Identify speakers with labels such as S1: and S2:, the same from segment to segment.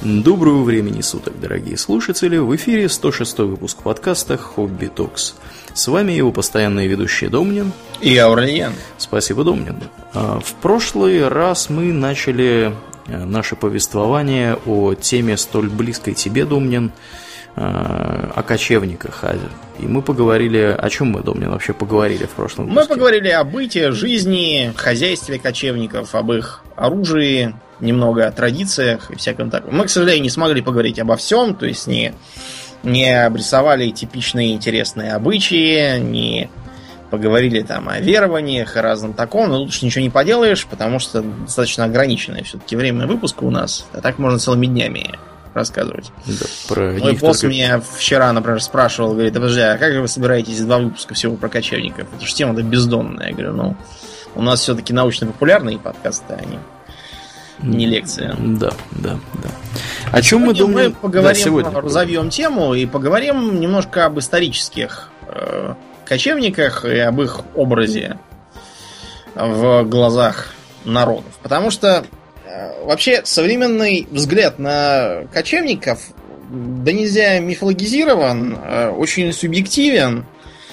S1: Доброго времени суток, дорогие слушатели! В эфире 106-й выпуск подкаста «Хобби Токс». С вами его постоянные ведущие Домнин
S2: и Аурлиен.
S1: Спасибо, Домнин. В прошлый раз мы начали наше повествование о теме столь близкой тебе, Домнин, о кочевниках. И мы поговорили... О чем мы, Домнин, вообще поговорили в прошлом выпуске?
S2: Мы поговорили о быте, жизни, хозяйстве кочевников, об их оружии, немного о традициях и всяком таком. Мы, к сожалению, не смогли поговорить обо всем, то есть не обрисовали типичные интересные обычаи, не поговорили там о верованиях и разном таком, но тут уж ничего не поделаешь, потому что достаточно ограниченное все-таки время выпуска у нас, а так можно целыми днями рассказывать.
S1: Да,
S2: мой босс меня вчера, например, спрашивал, говорит: подожди, а как же вы собираетесь 2 выпуска всего про кочевников? Это же тема-то бездонная. Я говорю, у нас все-таки научно-популярные подкасты, а не лекции.
S1: Да. О чем мы думаем?
S2: Мы поговорим, разовьем тему и поговорим немножко об исторических кочевниках и об их образе в глазах народов. Потому что вообще современный взгляд на кочевников да нельзя мифологизирован, очень субъективен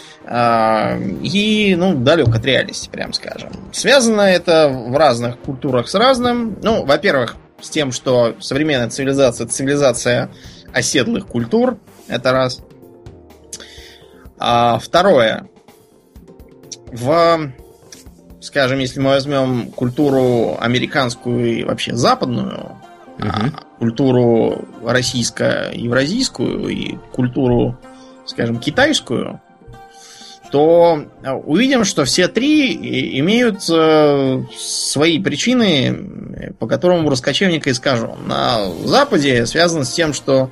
S2: и, далек от реальности, прям скажем. Связано это в разных культурах с разным. Во-первых, с тем, что современная цивилизация — это цивилизация оседлых культур. Это раз. А второе. Скажем, если мы возьмем культуру американскую и вообще западную, культуру российско-евразийскую и культуру, скажем, китайскую, то увидим, что все три имеют свои причины, по которым образ кочевника искажен. На Западе связано с тем, что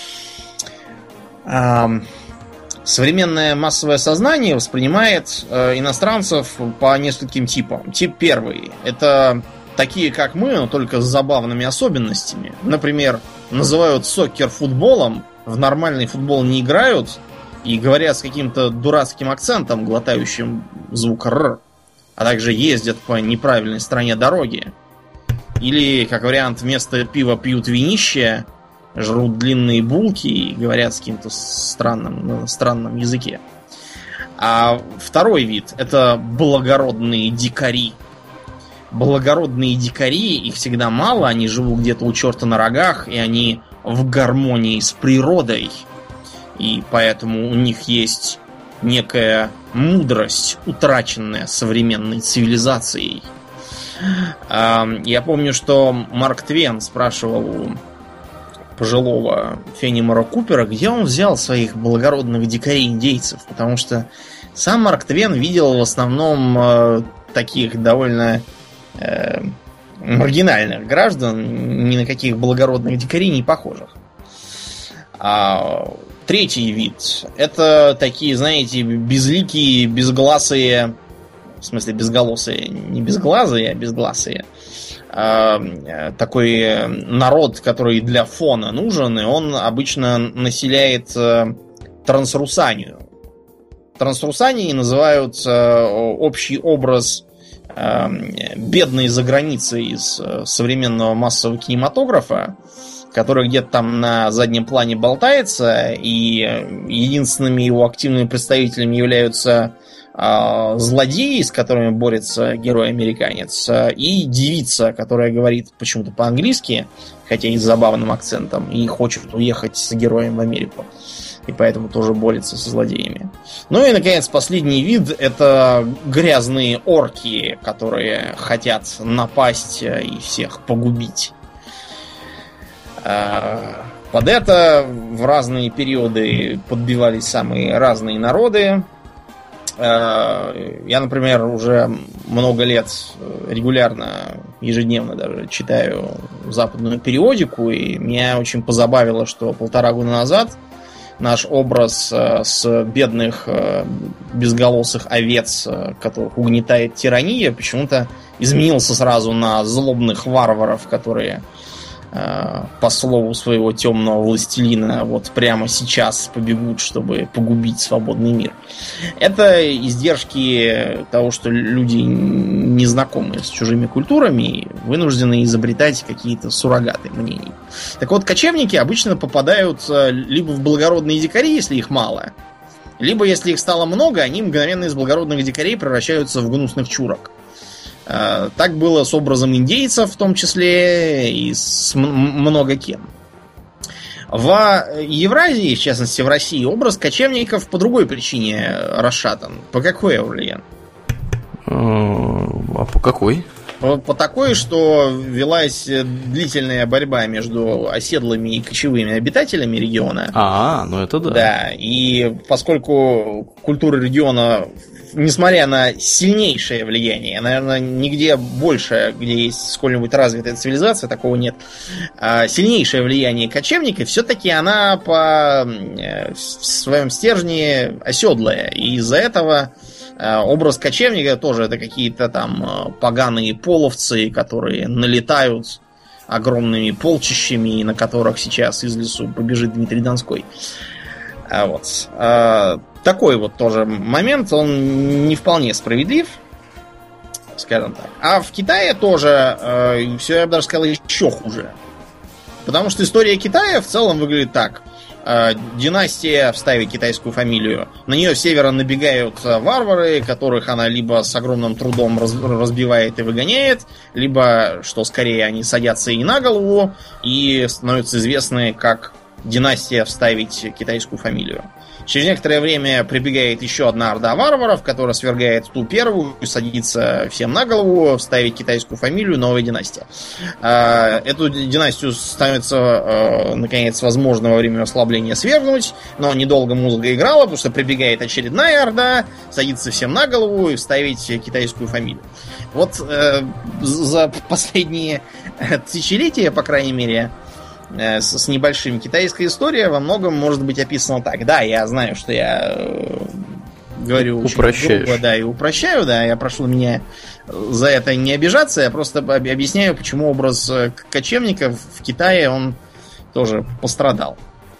S2: современное массовое сознание воспринимает иностранцев по нескольким типам. Тип первый — это такие, как мы, но только с забавными особенностями. Например, называют соккер футболом, в нормальный футбол не играют и говорят с каким-то дурацким акцентом, глотающим звук «р», а также ездят по неправильной стороне дороги. Или, как вариант, вместо пива пьют винище, жрут длинные булки и говорят с каким-то странном языке. А второй вид — это благородные дикари. Благородные дикари, их всегда мало, они живут где-то у черта на рогах, и они в гармонии с природой. И поэтому у них есть некая мудрость, утраченная современной цивилизацией. Я помню, что Марк Твен спрашивал у пожилого Фенимора Купера, где он взял своих благородных дикарей-индейцев, потому что сам Марк Твен видел в основном таких довольно маргинальных граждан, ни на каких благородных дикарей не похожих. Третий вид — это такие, знаете, безликие, безгласые, в смысле безголосые, не безглазые, а безгласые, такой народ, который для фона нужен, и он обычно населяет Трансрусанию. Трансрусанией называют общий образ бедной заграницы из современного массового кинематографа, который где-то там на заднем плане болтается, и единственными его активными представителями являются злодеи, с которыми борется герой-американец, и девица, которая говорит почему-то по-английски, хотя и с забавным акцентом, и хочет уехать с героем в Америку, и поэтому тоже борется со злодеями. Ну и, наконец, последний вид — это грязные орки, которые хотят напасть и всех погубить. Под это в разные периоды подбивались самые разные народы. Я, например, уже много лет регулярно, ежедневно даже читаю западную периодику, и меня очень позабавило, что 1,5 года назад наш образ с бедных безголосых овец, которых угнетает тирания, почему-то изменился сразу на злобных варваров, которые по слову своего темного властелина, вот прямо сейчас побегут, чтобы погубить свободный мир. Это издержки того, что люди не знакомы с чужими культурами, вынуждены изобретать какие-то суррогаты мнений. Так вот, кочевники обычно попадают либо в благородные дикари, если их мало, либо, если их стало много, они мгновенно из благородных дикарей превращаются в гнусных чурок. Так было с образом индейцев, в том числе, и с много кем. В Евразии, в частности в России, образ кочевников по другой причине расшатан. По какой, Аурлиен?
S1: А по какой?
S2: По такой, что велась длительная борьба между оседлыми и кочевыми обитателями региона.
S1: Ну это да.
S2: Да, и поскольку культура региона, несмотря на сильнейшее влияние, наверное, нигде больше, где есть сколь-нибудь развитая цивилизация, такого нет, сильнейшее влияние кочевников, все-таки она по своем стержне оседлая. И из-за этого образ кочевника тоже это какие-то там поганые половцы, которые налетают огромными полчищами, на которых сейчас из лесу побежит Дмитрий Донской. Вот. Такой вот тоже момент, он не вполне справедлив, скажем так. А в Китае тоже все, я бы даже сказал, еще хуже. Потому что история Китая в целом выглядит так. Династия, вставить китайскую фамилию, на нее с севера набегают варвары, которых она либо с огромным трудом разбивает и выгоняет, либо, что скорее, они садятся ей на голову и становятся известны как династия, вставить китайскую фамилию. Через некоторое время прибегает еще одна орда варваров, которая свергает ту первую, садится всем на голову, вставить китайскую фамилию, новая династия. Эту династию становится, наконец, возможно во время ослабления свергнуть, но недолго музыка играла, потому что прибегает очередная орда, садится всем на голову и вставить китайскую фамилию. Вот за последние тысячелетия, по крайней мере, с небольшим, китайская история во многом может быть описана так. Да, я знаю, что я говорю очень грубо, да, и упрощаю, да, я прошу меня за это не обижаться, я просто объясняю, почему образ кочевников в Китае, он тоже пострадал.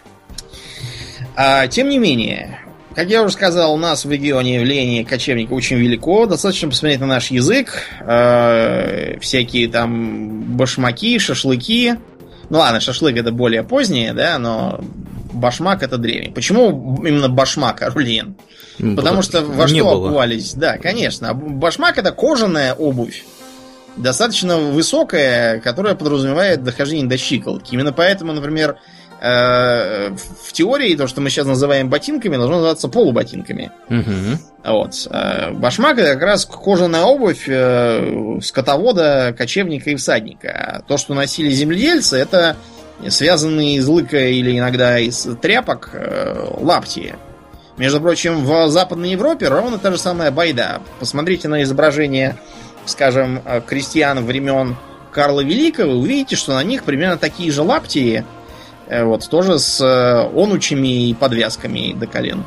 S2: Тем не менее, как я уже сказал, у нас в регионе влияние кочевника очень велико. Достаточно посмотреть на наш язык, всякие там башмаки, шашлыки. Ну ладно, шашлык это более позднее, да, но башмак это древний. Почему именно башмак, Аурлиен? Потому что во что обувались? Да, конечно. Башмак это кожаная обувь, достаточно высокая, которая подразумевает дохождение до щиколотки. Именно поэтому, например, в теории то, что мы сейчас называем ботинками, должно называться полуботинками. Вот. Башмак это как раз кожаная обувь скотовода, кочевника и всадника. А то, что носили земледельцы, это связанные из лыка или иногда из тряпок лапти. Между прочим, в Западной Европе ровно та же самая байда. Посмотрите на изображение, скажем, крестьян времен Карла Великого, вы увидите, что на них примерно такие же лапти, вот, тоже с онучами и подвязками до колен.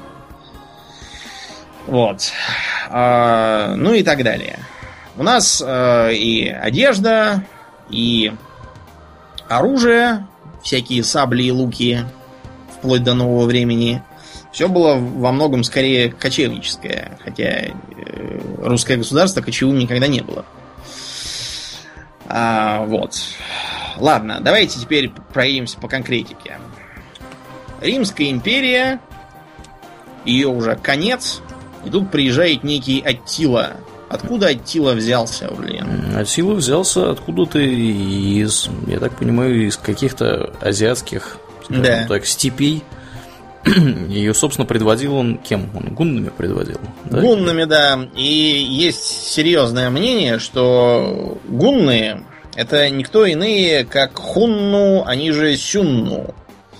S2: Вот. Ну и так далее. У нас и одежда, и оружие, всякие сабли и луки, вплоть до нового времени. Все было во многом скорее кочевническое, хотя русское государство кочевым никогда не было. Вот. Ладно, давайте теперь проедемся по конкретике. Римская империя, ее уже конец, и тут приезжает некий Аттила. Откуда Аттила взялся, Аурлиен?
S1: Аттила взялся откуда-то из, я так понимаю, из каких-то азиатских, скажем так, степей. Ее, собственно, предводил он кем? Он гуннами предводил? Да?
S2: Гуннами, да. И есть серьезное мнение, что гунны это никто иные, как хунну, они же сюнну.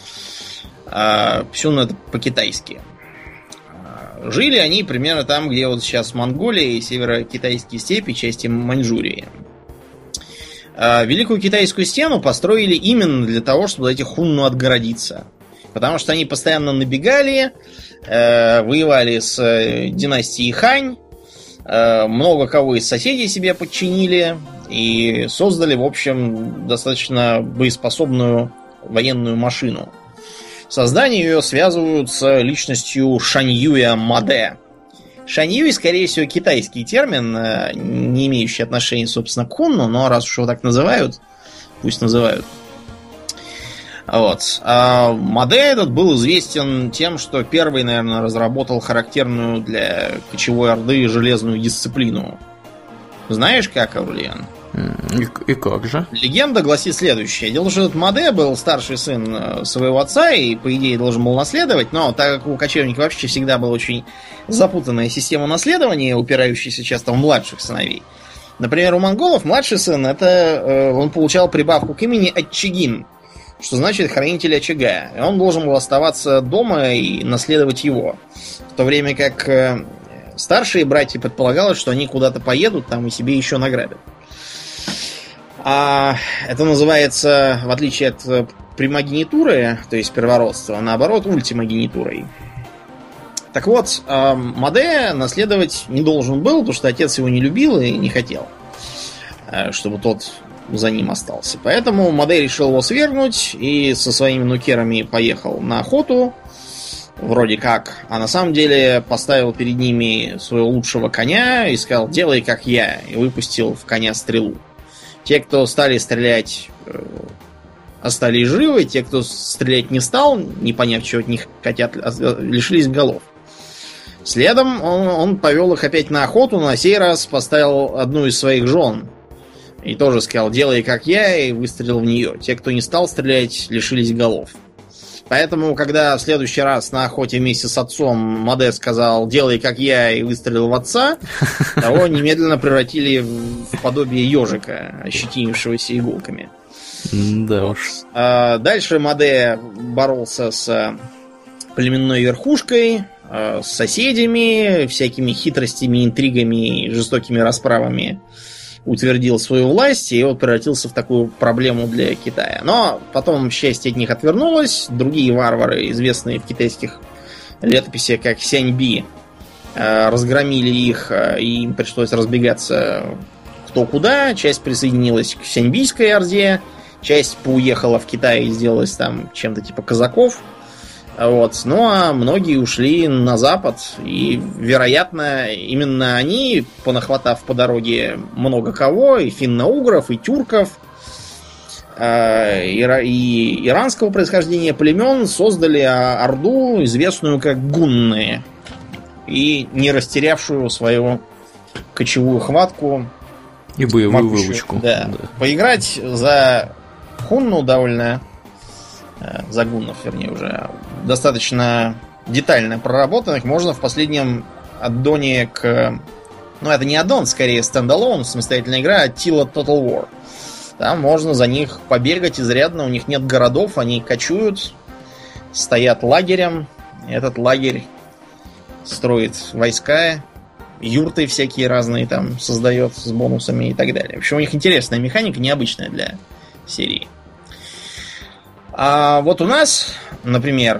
S2: Сюнну это по-китайски. Жили они примерно там, где вот сейчас Монголия и северо-китайские степи, части Маньчжурии. Великую китайскую стену построили именно для того, чтобы от этих хунну отгородиться. Потому что они постоянно набегали, воевали с династией Хань, много кого из соседей себе подчинили. и создали, в общем, достаточно боеспособную военную машину. Создание ее связывают с личностью Шаньюя Маде. Шаньюй, скорее всего, китайский термин, не имеющий отношения, собственно, к Хунну, но раз уж его так называют, пусть называют. Вот. А Маде этот был известен тем, что первый, наверное, разработал характерную для кочевой орды железную дисциплину. Знаешь, как, Аурлиан?
S1: И как же?
S2: Легенда гласит следующее. Дело в том, что этот Маде был старший сын своего отца и, по идее, должен был наследовать, но так как у кочевника вообще всегда была очень запутанная система наследования, упирающаяся часто в младших сыновей. Например, у монголов младший сын, это он получал прибавку к имени Ачигин, что значит хранитель очага. И он должен был оставаться дома и наследовать его. В то время как старшие братья предполагалось, что они куда-то поедут там и себе еще награбят. А это называется, в отличие от примогенитуры, то есть первородства, наоборот, ультимогенитурой. Так вот, Маде наследовать не должен был, потому что отец его не любил и не хотел, чтобы тот за ним остался. Поэтому Маде решил его свергнуть и со своими нукерами поехал на охоту, вроде как, а на самом деле поставил перед ними своего лучшего коня и сказал: делай как я, и выпустил в коня стрелу. Те, кто стали стрелять, остались живы. Те, кто стрелять не стал, не поняв, чего от них хотят, лишились голов. Следом он повел их опять на охоту, но на сей раз поставил одну из своих жен. И тоже сказал: делай как я, и выстрелил в нее. Те, кто не стал стрелять, лишились голов. Поэтому, когда в следующий раз на охоте вместе с отцом Маде сказал: делай как я, и выстрелил в отца, того немедленно превратили в подобие ежика, ощетинившегося иголками.
S1: Да уж.
S2: Дальше Маде боролся с племенной верхушкой, с соседями, всякими хитростями, интригами и жестокими расправами утвердил свою власть и вот превратился в такую проблему для Китая. Но потом счастье от них отвернулось. Другие варвары, известные в китайских летописях как Сяньби, разгромили их, и им пришлось разбегаться кто куда. Часть присоединилась к Сяньбийской орде, часть поуехала в Китай и сделалась там чем-то типа казаков. Вот. Ну а многие ушли на запад, и, вероятно, именно они, понахватав по дороге много кого, и финно-угров, и тюрков, и иранского происхождения племен, создали орду, известную как гунны, и не растерявшую свою кочевую хватку
S1: и боевую выучку.
S2: Да. Да. Поиграть за хунну довольно... за гуннов, вернее, уже достаточно детально проработанных, можно в последнем аддоне к... Ну, это не аддон, скорее стендалон, самостоятельная игра, Attila Total War. Там можно за них побегать изрядно, у них нет городов, они кочуют, стоят лагерем, этот лагерь строит войска, юрты всякие разные там создает с бонусами и так далее. В общем, у них интересная механика, необычная для серии. А вот у нас, например,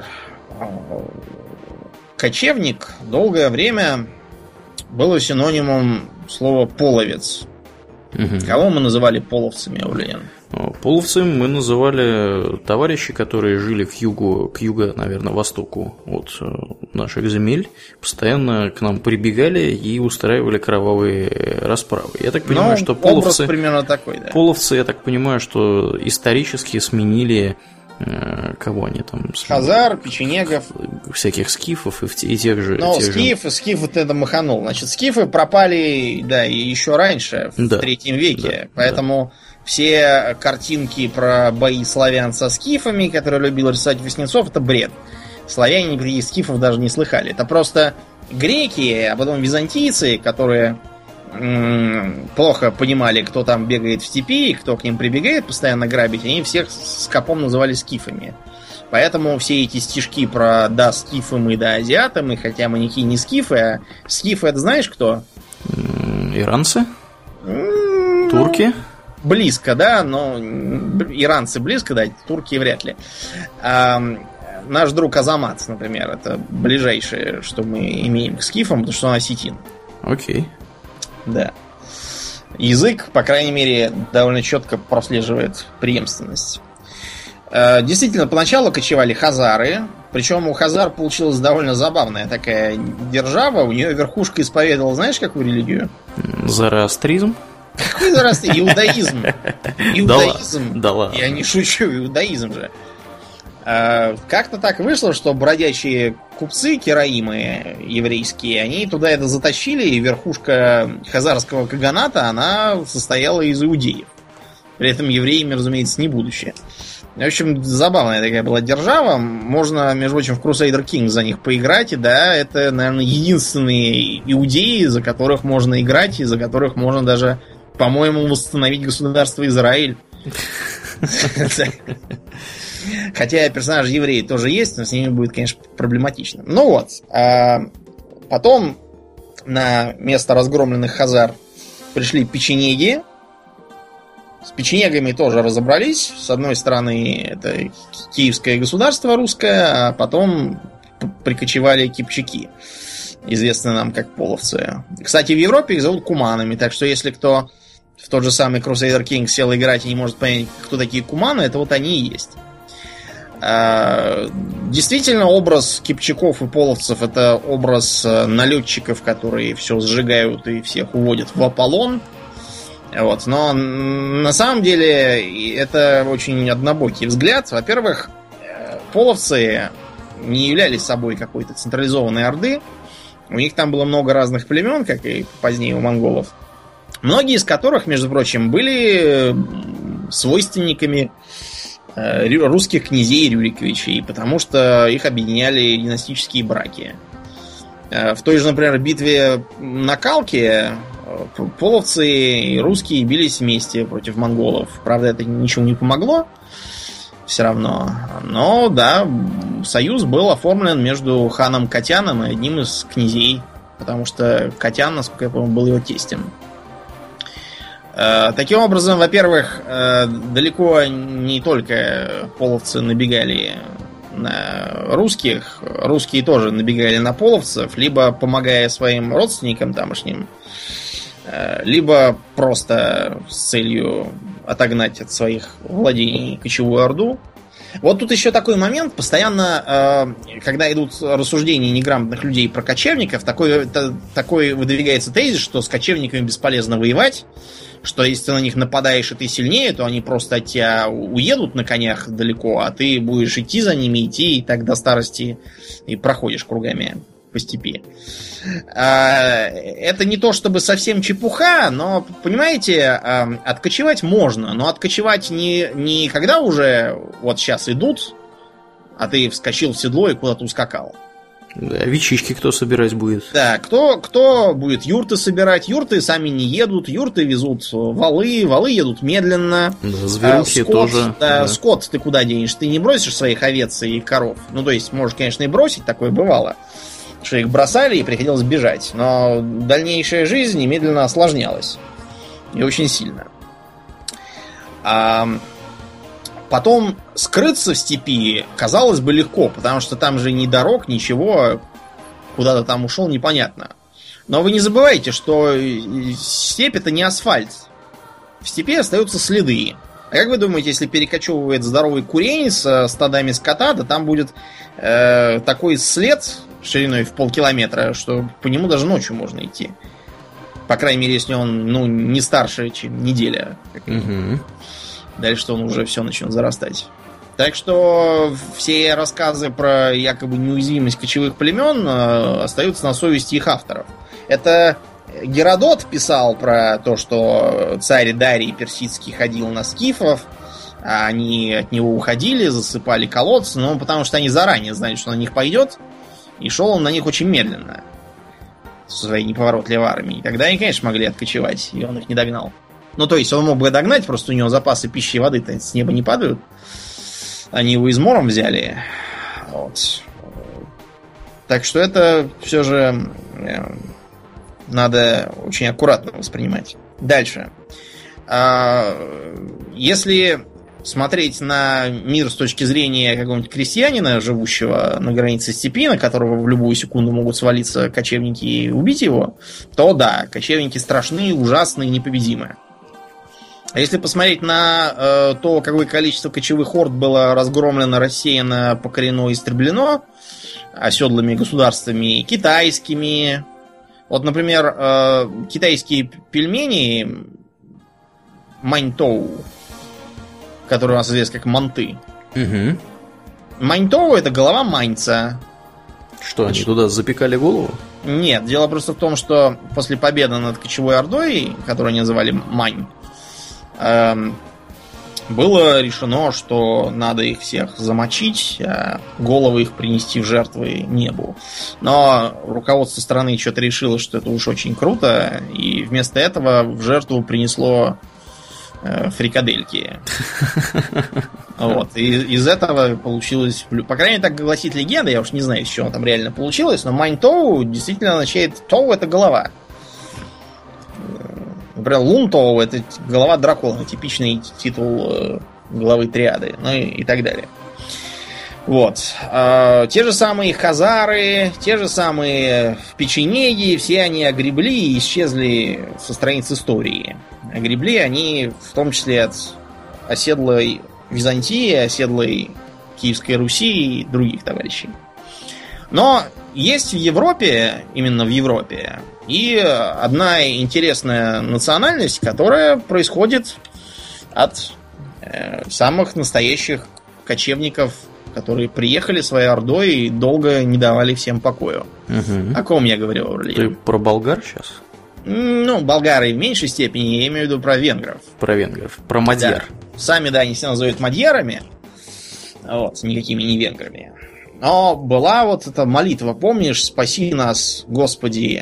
S2: кочевник долгое время было синонимом слова половец. Угу. Кого мы называли половцами, Аурлиан?
S1: Половцами мы называли товарищи, которые жили к югу, наверное, востоку от наших земель, постоянно к нам прибегали и устраивали кровавые расправы. Я так понимаю, что половцы...
S2: примерно такой, да.
S1: Половцы, я так понимаю, что исторически сменили... Кого они там?
S2: Хазар, печенегов.
S1: Всяких скифов и тех же...
S2: Ну, скиф вот это маханул. Значит, скифы пропали, да, и еще раньше, в 3 веке. Да, поэтому все картинки про бои славян со скифами, которые любил рисовать Васнецов, это бред. Славяне никаких скифов даже не слыхали. Это просто греки, а потом византийцы, которые... плохо понимали, кто там бегает в степи, кто к ним прибегает постоянно грабить, они всех скопом называли скифами. Поэтому все эти стишки про «да, скифы мы, да, азиаты мы», хотя мы никакие не скифы, а скифы — это знаешь кто?
S1: Иранцы? Турки?
S2: Близко, да, но иранцы близко, да, турки вряд ли. Наш друг Азамат, например, это ближайшее, что мы имеем к скифам, потому что он осетин.
S1: Окей.
S2: Да. язык, по крайней мере, довольно четко прослеживает преемственность. Действительно, поначалу кочевали хазары. Причем у хазар получилась довольно забавная такая держава. У нее верхушка исповедовала, знаешь, какую религию?
S1: Зороастризм?
S2: Какой зороастризм? Иудаизм. Иудаизм.
S1: Да ладно.
S2: Я не шучу, иудаизм же. Как-то так вышло, что бродячие купцы, кераимы еврейские, они туда это затащили, и верхушка хазарского каганата, она состояла из иудеев. При этом евреями, разумеется, не будущее. В общем, забавная такая была держава. Можно, между прочим, в Crusader Kings за них поиграть. И да, это, наверное, единственные иудеи, за которых можно играть, и за которых можно даже, по-моему, восстановить государство Израиль. Хотя персонажи евреи тоже есть, но с ними будет, конечно, проблематично. Ну вот. Потом на место разгромленных хазар пришли печенеги. С печенегами тоже разобрались. С одной стороны, это киевское государство русское, а потом прикочевали кипчаки, известные нам как половцы. Кстати, в Европе их зовут куманами, так что если кто в тот же самый Crusader Kings сел играть и не может понять, кто такие куманы, это вот они и есть. Действительно, образ кипчаков и половцев — это образ налетчиков, которые все сжигают и всех уводят в Аполлон. Вот. Но на самом деле это очень однобокий взгляд. Во-первых, половцы не являлись собой какой-то централизованной орды. У них там было много разных племен, как и позднее у монголов. Многие из которых, между прочим, были свойственниками русских князей Рюриковичей, потому что их объединяли династические браки. В той же, например, битве на Калке половцы и русские бились вместе против монголов. Правда, это ничего не помогло все равно. Но, да, союз был оформлен между ханом Катяном и одним из князей, потому что Катян, насколько я помню, был его тестем. Таким образом, во-первых, далеко не только половцы набегали на русских, русские тоже набегали на половцев, либо помогая своим родственникам тамошним, либо просто с целью отогнать от своих владений кочевую орду. Вот тут еще такой момент. Постоянно, когда идут рассуждения неграмотных людей про кочевников, такой выдвигается тезис, что с кочевниками бесполезно воевать, что если ты на них нападаешь и ты сильнее, то они просто от тебя уедут на конях далеко, а ты будешь идти за ними, и так до старости и проходишь кругами по степи. Это не то чтобы совсем чепуха, но, понимаете, откочевать можно, но откочевать не когда уже вот сейчас идут, а ты вскочил в седло и куда-то ускакал.
S1: Да, вечички кто собирать будет? Да,
S2: кто будет юрты собирать? Юрты сами не едут, юрты везут валы едут медленно.
S1: Да, зверухи
S2: скот,
S1: тоже.
S2: Да. Скот ты куда денешь? Ты не бросишь своих овец и коров. Ну, то есть, можешь, конечно, и бросить, такое бывало, что их бросали и приходилось бежать. Но дальнейшая жизнь немедленно осложнялась. И очень сильно. Потом скрыться в степи, казалось бы, легко, потому что там же ни дорог, ничего, куда-то там ушел, непонятно. Но вы не забывайте, что степь — это не асфальт. В степи остаются следы. А как вы думаете, если перекочевывает здоровый курень с стадами скота, то там будет такой след шириной в полкилометра, что по нему даже ночью можно идти. По крайней мере, если он не старше, чем неделя. Дальше он уже все начнет зарастать. Так что все рассказы про якобы неуязвимость кочевых племен остаются на совести их авторов. Это Геродот писал про то, что царь Дарий персидский ходил на скифов, а они от него уходили, засыпали колодцы, но потому что они заранее знали, что на них пойдет, и шел он на них очень медленно со своей неповоротливой армией. Тогда они, конечно, могли откочевать, и он их не догнал. Ну, то есть он мог бы догнать, просто у него запасы пищи и воды-то с неба не падают. Они его измором взяли. Вот. Так что это все же надо очень аккуратно воспринимать. Дальше. Если смотреть на мир с точки зрения какого-нибудь крестьянина, живущего на границе степи, на которого в любую секунду могут свалиться кочевники и убить его, то да, кочевники страшные, ужасные, непобедимые. А если посмотреть на то, какое количество кочевых орд было разгромлено, рассеяно, покорено, истреблено оседлыми государствами китайскими. Вот, например, китайские пельмени Маньтоу, которые у нас известны как манты.
S1: Угу.
S2: Маньтоу — это голова маньца.
S1: Что, они туда запекали голову?
S2: Нет, дело просто в том, что после победы над кочевой ордой, которую они называли Мань, было решено, что надо их всех замочить, а головы их принести в жертвы небу. Но руководство страны что-то решило, что это уж очень круто, и вместо этого в жертву принесло фрикадельки. Вот. И из этого получилось... По крайней мере, так гласит легенда, я уж не знаю, из чего там реально получилось, но Маньтоу действительно означает... Тоу — это голова. Например, Лунтоу — это голова дракона, типичный титул главы триады, ну и так далее. Вот. Те же самые хазары, те же самые печенеги, все они огребли и исчезли со страниц истории. Огребли они в том числе от оседлой Византии, оседлой Киевской Руси и других товарищей. Но есть в Европе, именно в Европе, и одна интересная национальность, которая происходит от самых настоящих кочевников, которые приехали своей ордой и долго не давали всем покою.
S1: Угу.
S2: О ком я говорю, Аурлиен?
S1: Ты про болгар сейчас?
S2: Ну, болгары в меньшей степени, я имею в виду про венгров.
S1: Про венгров, про мадьяр.
S2: Да. Сами, да, они себя называют мадьярами, вот, никакими не венграми. Но была вот эта молитва, помнишь, «Спаси нас, Господи,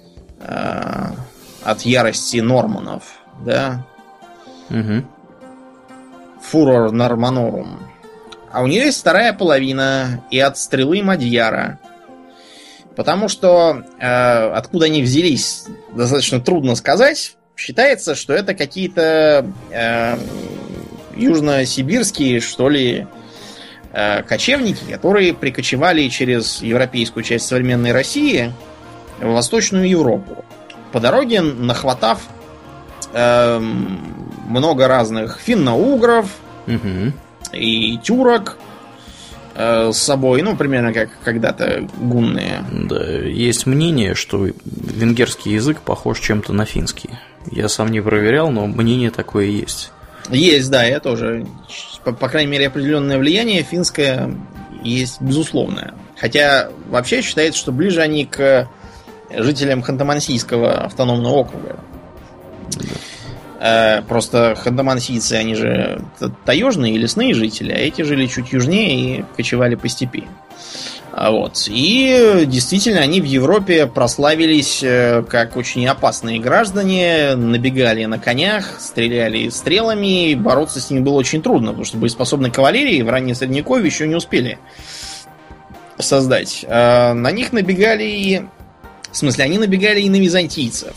S2: от ярости норманов», да?
S1: Угу.
S2: «Фурор норманорум». А у нее есть вторая половина и от стрелы Мадьяра. Потому что откуда они взялись, достаточно трудно сказать. Считается, что это какие-то южносибирские, что ли, кочевники, которые прикочевали через европейскую часть современной России в Восточную Европу. По дороге нахватав много разных финно-угров и тюрок с собой, ну, примерно как когда-то гунны.
S1: Да, есть мнение, что венгерский язык похож чем-то на финский. Я сам не проверял, но мнение такое есть.
S2: Есть, да, я тоже. По крайней мере, определенное влияние финское есть безусловное. Хотя вообще считается, что ближе они к жителям Ханты-Мансийского автономного округа. Просто ханты-мансийцы, они же таежные и лесные жители, а эти жили чуть южнее и кочевали по степи. Вот. И действительно, они в Европе прославились как очень опасные граждане, набегали на конях, стреляли стрелами, и бороться с ними было очень трудно, потому что боеспособной кавалерии в раннее Средневековье еще не успели создать. На них набегали и... В смысле, они набегали и на византийцев,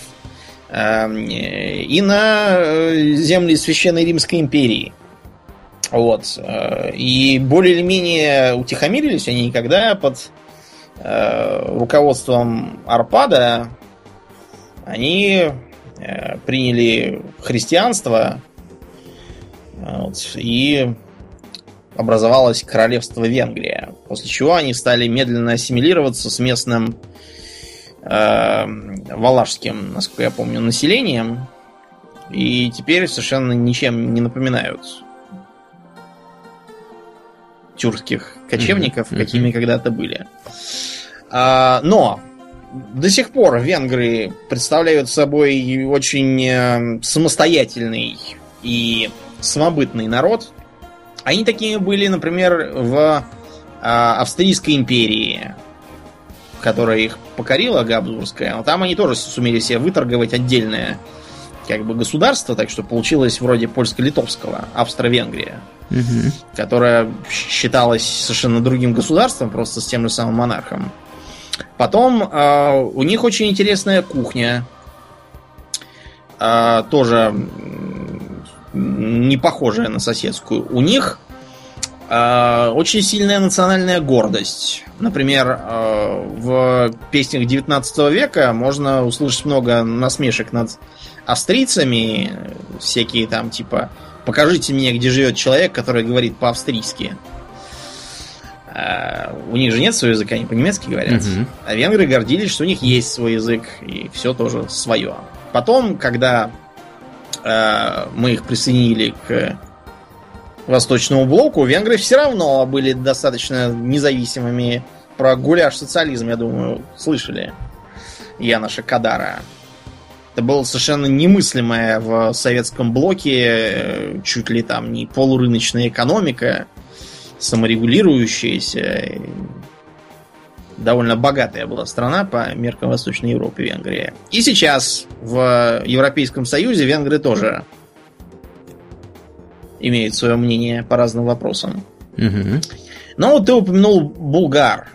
S2: и на земли Священной Римской империи. Вот. И более или менее утихомирились они, когда под руководством Арпада они приняли христианство, вот, и образовалось королевство Венгрия. После чего они стали медленно ассимилироваться с местным валашским, насколько я помню, населением, и теперь совершенно ничем не напоминают тюркских кочевников, какими когда-то были. Но до сих пор венгры представляют собой очень самостоятельный и самобытный народ. Они такими были, например, в Австрийской империи, которая их покорила, Габсбургская. Но там они тоже сумели себе выторговать отдельное как бы государство, так что получилось вроде польско-литовского, Австро-Венгрия, которая считалась совершенно другим государством, просто с тем же самым монархом. Потом у них очень интересная кухня. Тоже не похожая на соседскую. У них очень сильная национальная гордость. Например, в песнях 19 века можно услышать много насмешек над австрийцами. Всякие там типа «Покажите мне, где живет человек, который говорит по-австрийски». У них же нет своего языка, они по-немецки говорят. А венгры гордились, что у них есть свой язык, и все тоже свое. Потом, когда мы их присоединили к Восточному блоку, венгры все равно были достаточно независимыми. Про гуляш социализм, я думаю, слышали. Яноша Кадара. Это было совершенно немыслимое в советском блоке, чуть ли там не полурыночная экономика, саморегулирующаяся. Довольно богатая была страна по меркам Восточной Европы, Венгрия. И сейчас в Европейском Союзе венгры тоже имеют свое мнение по разным вопросам. Но вот ты упомянул Булгар.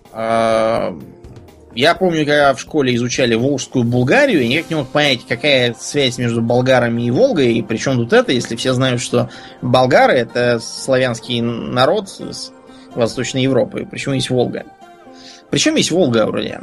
S2: Я помню, когда в школе изучали Волжскую Булгарию, я никак не мог понять, какая связь между болгарами и Волгой, и при чем тут это, если все знают, что болгары — это славянский народ с Восточной Европы. Причем есть Волга. Причем есть Волга, Аурелиан?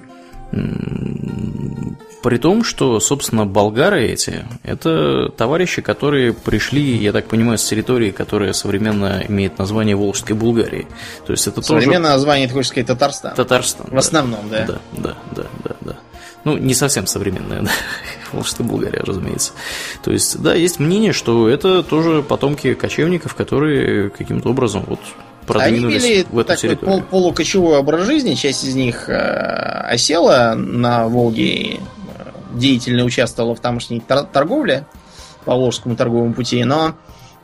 S1: При том, что, собственно, болгары эти – это товарищи, которые пришли, я так понимаю, с территории, которая современно имеет название Волжской Булгарии. То есть это
S2: современное название, ты хочешь сказать, Татарстан.
S1: Татарстан.
S2: В основном, да.
S1: Да. Ну, не совсем современная, да. Волжская Булгария, разумеется. То есть, да, есть мнение, что это тоже потомки кочевников, которые каким-то образом вот продвинулись.
S2: Они вели
S1: в эту территорию.
S2: Полукочевой образ жизни, часть из них осела на Волге, деятельно участвовала в тамошней торговле по Волжскому торговому пути, но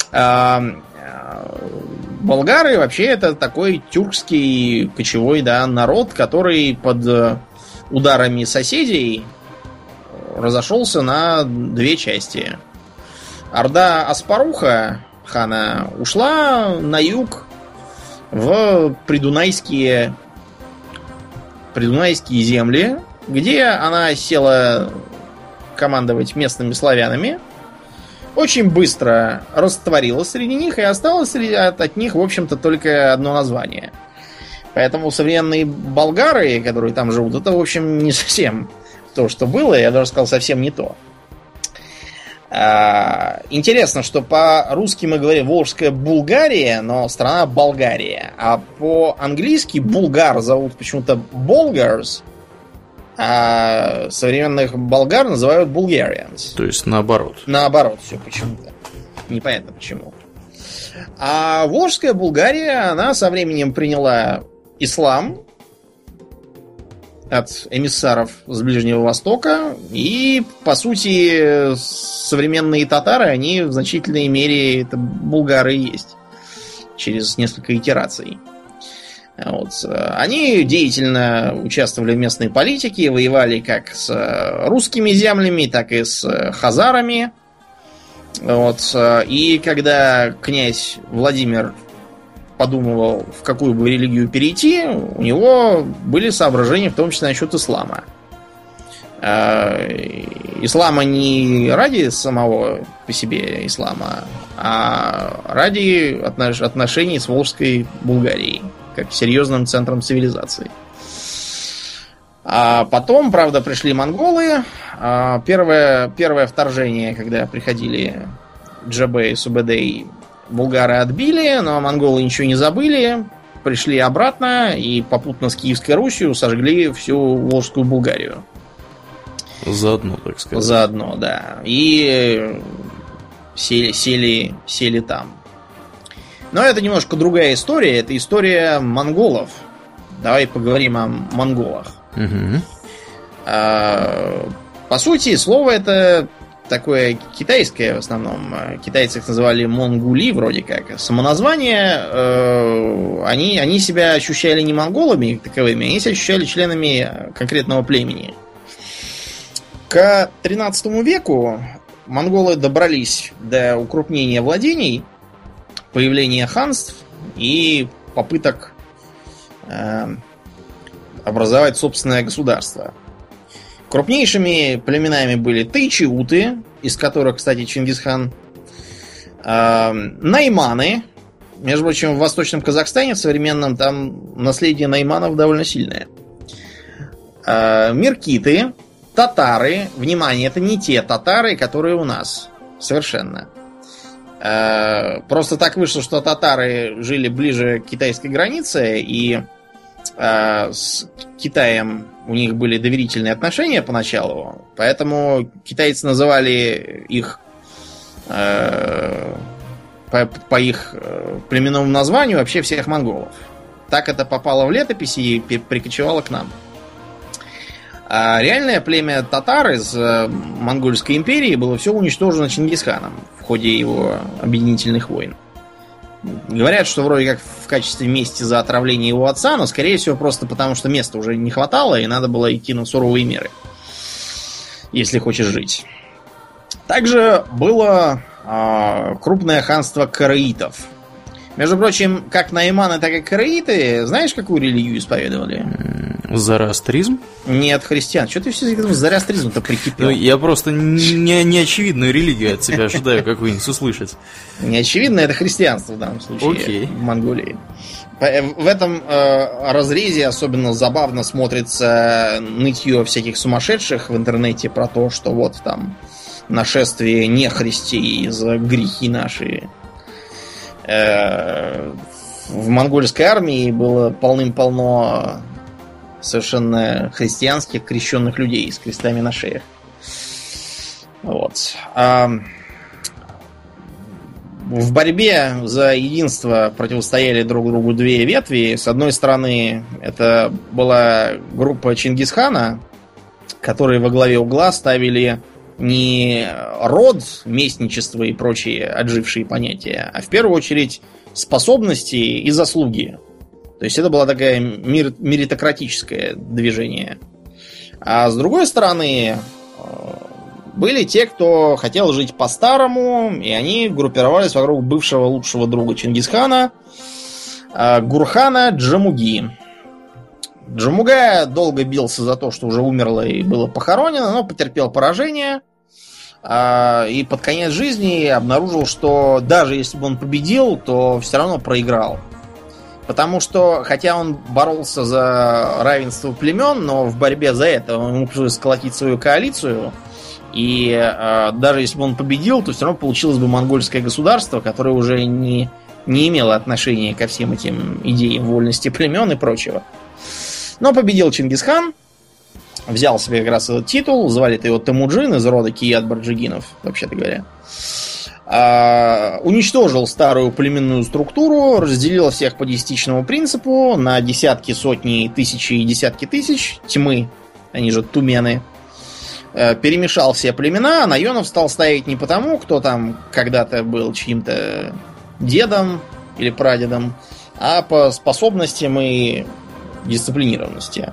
S2: болгары вообще это такой тюркский кочевой, да, народ, который под ударами соседей разошелся на две части. Орда Аспаруха хана ушла на юг в придунайские земли, где она села командовать местными славянами, очень быстро растворилась среди них, и осталось от них, в общем-то, только одно название. Поэтому современные болгары, которые там живут, это, в общем, не совсем то, что было, я даже сказал, совсем не то. Интересно, что по-русски мы говорим Волжская Булгария, но страна Болгария. А по-английски булгар зовут почему-то Bulgars, а современных болгар называют Bulgarians.
S1: То есть наоборот.
S2: Наоборот все почему-то. Непонятно почему. А Волжская Булгария, она со временем приняла ислам от эмиссаров с Ближнего Востока. И, по сути, современные татары, они в значительной мере это булгары и есть. Через несколько итераций. Вот. Они деятельно участвовали в местной политике, воевали как с русскими землями, так и с хазарами. Вот. И когда князь Владимир подумывал, в какую бы религию перейти, у него были соображения, в том числе насчет ислама. Ислама не ради самого по себе ислама, а ради отношений с Волжской Булгарией, как серьезным центром цивилизации. А потом, правда, пришли монголы. Первое вторжение, когда приходили Джабе и Субэдэй, булгары отбили, но монголы ничего не забыли, пришли обратно и попутно с Киевской Русью сожгли всю Волжскую Булгарию.
S1: Заодно, так сказать.
S2: Заодно, да. И сели там. Но это немножко другая история. Это история монголов. Давай поговорим о монголах.
S1: Угу.
S2: По сути, слово это такое китайское в основном. Китайцы их называли монгули вроде как. Самоназвание, они себя ощущали не монголами таковыми, они себя ощущали членами конкретного племени. К 13 веку монголы добрались до укрупнения владений, появления ханств и попыток образовать собственное государство. Крупнейшими племенами были тайчиуты, из которых, кстати, Чингисхан Найманы. Между прочим, в Восточном Казахстане, в современном, там наследие найманов довольно сильное. Меркиты, татары. Внимание, это не те татары, которые у нас. Совершенно. Просто так вышло, что татары жили ближе к китайской границе, и с Китаем у них были доверительные отношения поначалу, поэтому китайцы называли их по их племенному названию вообще всех монголов. Так это попало в летопись и прикочевало к нам. А реальное племя татар из Монгольской империи было все уничтожено Чингисханом в ходе его объединительных войн. Говорят, что вроде как в качестве мести за отравление его отца, но скорее всего просто потому, что места уже не хватало и надо было идти на суровые меры, если хочешь жить. Также было крупное ханство караитов. Между прочим, как найманы, так и караиты, знаешь, какую религию исповедовали?
S1: Зороастризм?
S2: Нет, христиан. Что ты все к зороастризму-то прикипел?
S1: Ну, я просто неочевидную религию от тебя ожидаю какую-нибудь услышать.
S2: Неочевидно, это христианство в данном случае.
S1: Окей.
S2: В Монголии. В этом разрезе особенно забавно смотрится нытье всяких сумасшедших в интернете про то, что вот там нашествие нехристей за грехи наши. В монгольской армии было полным-полно совершенно христианских крещенных людей с крестами на шеях. Вот. В борьбе за единство противостояли друг другу две ветви. С одной стороны, это была группа Чингисхана, которые во главе угла ставили не род, местничество и прочие отжившие понятия, а в первую очередь способности и заслуги. То есть это было такое меритократическое движение. А с другой стороны, были те, кто хотел жить по-старому, и они группировались вокруг бывшего лучшего друга Чингисхана, Гурхана Джамуги. Джамуга долго бился за то, что уже умерло и было похоронено, но потерпел поражение. И под конец жизни обнаружил, что даже если бы он победил, то все равно проиграл. Потому что, хотя он боролся за равенство племен, но в борьбе за это он мог сколотить свою коалицию. И даже если бы он победил, то все равно получилось бы монгольское государство, которое уже не имело отношения ко всем этим идеям вольности племен и прочего. Но победил Чингисхан, взял себе как раз этот титул, звали-то его Темуджин из рода Кият-Барджигинов, вообще-то говоря. Уничтожил старую племенную структуру, разделил всех по десятичному принципу на десятки, сотни, тысячи и десятки тысяч тьмы, они же тумены. Перемешал все племена, а наенов стал ставить не потому, кто там когда-то был чьим-то дедом или прадедом, а по способностям и дисциплинированности.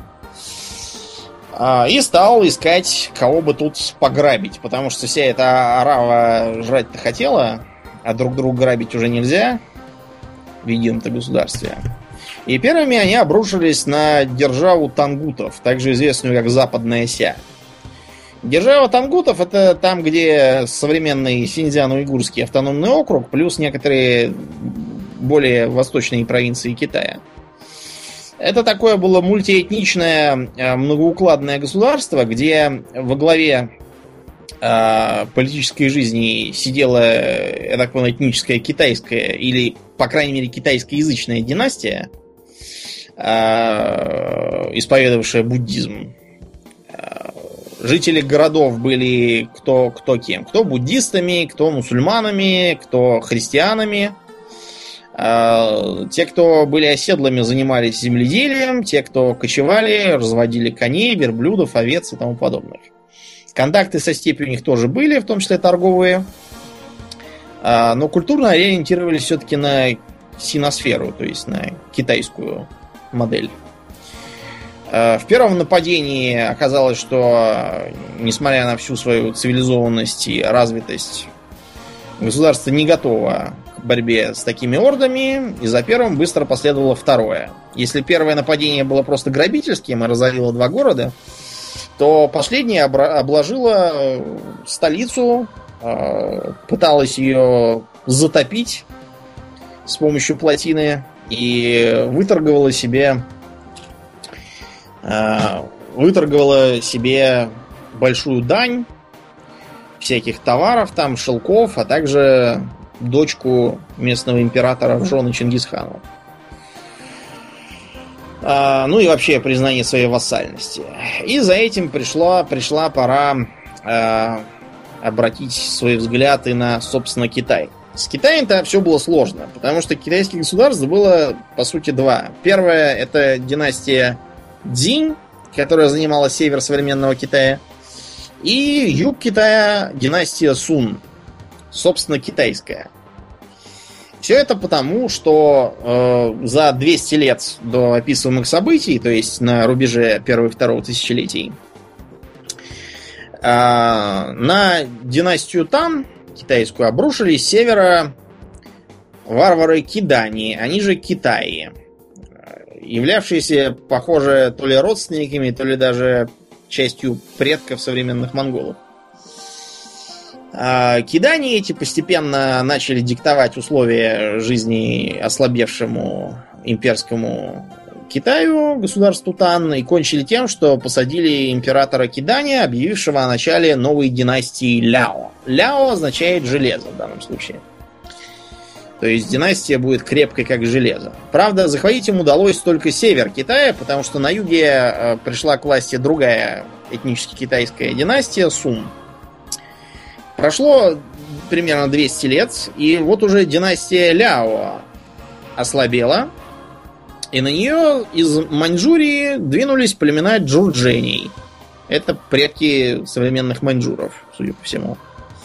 S2: И стал искать, кого бы тут пограбить, потому что вся эта орава жрать-то хотела, а друг друга грабить уже нельзя в едином-то государстве. И первыми они обрушились на державу тангутов, также известную как Западная Ся. Держава тангутов — это там, где современный Синьцзян-Уйгурский автономный округ, плюс некоторые более восточные провинции Китая. Это такое было мультиэтничное, многоукладное государство, где во главе политической жизни сидела, я так понимаю, этническая китайская или, по крайней мере, китайскоязычная династия, исповедовавшая буддизм. Жители городов были кто кем. Кто буддистами, кто мусульманами, кто христианами. Те, кто были оседлыми, занимались земледелием. Те, кто кочевали, разводили коней, верблюдов, овец и тому подобных. Контакты со степью у них тоже были, в том числе торговые. Но культурно ориентировались все-таки на синосферу, то есть на китайскую модель. В первом нападении оказалось, что, несмотря на всю свою цивилизованность и развитость, государство не готово к борьбе с такими ордами, и за первым быстро последовало второе. Если первое нападение было просто грабительским и разорило 2 города, то последнее обложило столицу, пыталось ее затопить с помощью плотины и выторговала себе большую дань всяких товаров, там, шелков, а также дочку местного императора в жены Чингисхану. Ну и вообще признание своей вассальности. И за этим пришла пора обратить свой взгляд и на, собственно, Китай. С Китаем-то все было сложно, потому что китайских государств было, по сути, два. Первое — это династия Цзинь, которая занимала север современного Китая, и юг Китая — династия Сун, собственно, китайская. Все это потому, что за 200 лет до описываемых событий, то есть на рубеже 1-2 тысячелетий, на династию Тан китайскую обрушились с севера варвары Кидани, они же Китаи, являвшиеся, похоже, то ли родственниками, то ли даже частью предков современных монголов. Кидани эти постепенно начали диктовать условия жизни ослабевшему имперскому Китаю, государству Тан, и кончили тем, что посадили императора Кидани, объявившего о начале новой династии Ляо. Ляо означает железо в данном случае. То есть династия будет крепкой, как железо. Правда, захватить им удалось только север Китая, потому что на юге пришла к власти другая этнически китайская династия Сун. Прошло примерно 200 лет, и вот уже династия Ляо ослабела, и на нее из Маньчжурии двинулись племена джурдженей. Это предки современных маньчжуров, судя по всему.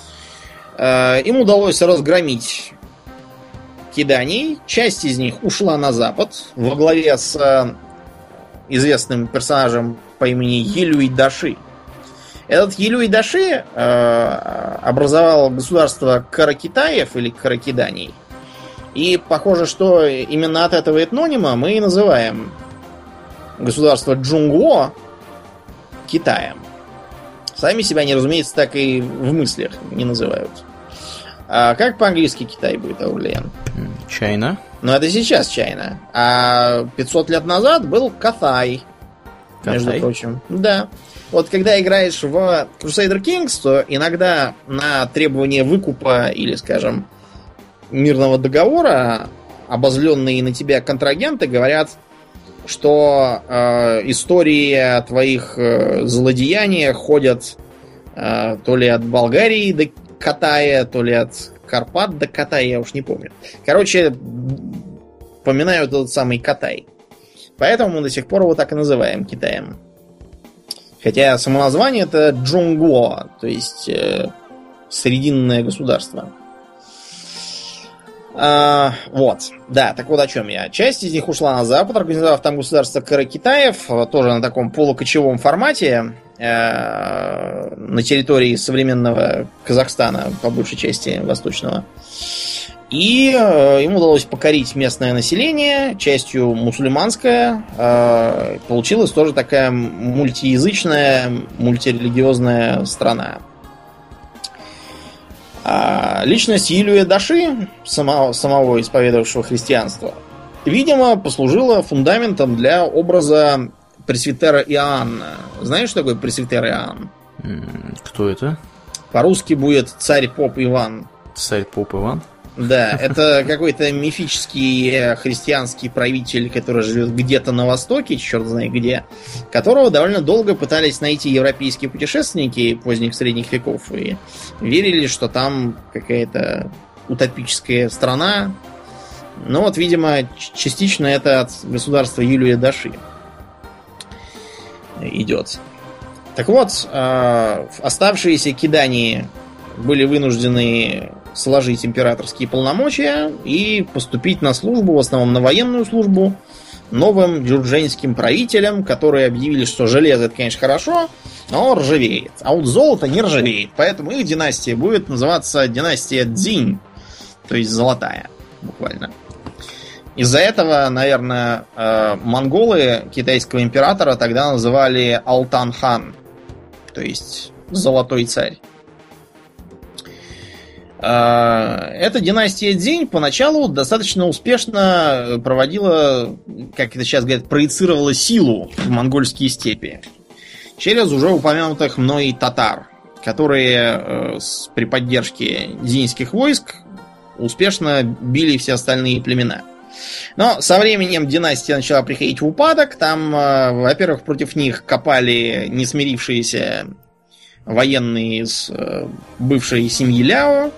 S2: Им удалось разгромить киданей. Часть из них ушла на запад во главе с известным персонажем по имени Елюй Даши. Этот Елюй Даши образовал государство Каракитаев или Каракиданий. И похоже, что именно от этого этнонима мы и называем государство Джунгуо Китаем. Сами себя они, разумеется, так и в мыслях не называют. А как по-английски Китай будет, Аурлиен?
S1: Чайна.
S2: Ну, это сейчас Чайна. А 500 лет назад был Катай. Между прочим. Да. Вот когда играешь в Crusader Kings, то иногда на требование выкупа или, скажем, мирного договора обозленные на тебя контрагенты говорят, что истории о твоих злодеяниях ходят то ли от Болгарии до Катая, то ли от Карпат до Катая, я уж не помню. Короче, поминают этот самый Катай. Поэтому мы до сих пор его так и называем Китаем. Хотя само название это Джунгуо, то есть срединное государство. Вот. Да, так вот о чем я. Часть из них ушла на запад, организовав там государство Каракитаев, тоже на таком полукочевом формате, на территории современного Казахстана, по большей части восточного. И им удалось покорить местное население, частью мусульманское. Получилась тоже такая мультиязычная, мультирелигиозная страна. Личность Елюя Даши, самого исповедовавшего христианство, видимо, послужила фундаментом для образа пресвитера Иоанна. Знаешь, что такое пресвитер Иоанн?
S1: Кто это?
S2: По-русски будет царь-поп Иван.
S1: Царь-поп Иван?
S2: Да, это какой-то мифический христианский правитель, который живет где-то на востоке, черт знает где, которого довольно долго пытались найти европейские путешественники поздних средних веков и верили, что там какая-то утопическая страна. Но вот, видимо, частично это от государства Елюя Даши идет. Так вот, оставшиеся кидани были вынуждены сложить императорские полномочия и поступить на службу, в основном на военную службу, новым джурдженским правителям, которые объявили, что железо это, конечно, хорошо, но ржавеет. А вот золото не ржавеет. Поэтому их династия будет называться династия Цзинь, то есть золотая, буквально. Из-за этого, наверное, монголы китайского императора тогда называли Алтан-хан, то есть золотой царь. Эта династия Цзинь поначалу достаточно успешно проводила, как это сейчас говорят, проецировала силу в монгольские степи через уже упомянутых мной татар, которые при поддержке дзиньских войск успешно били все остальные племена. Но со временем династия начала приходить в упадок. Там, во-первых, против них копали несмирившиеся военные из бывшей семьи Ляо.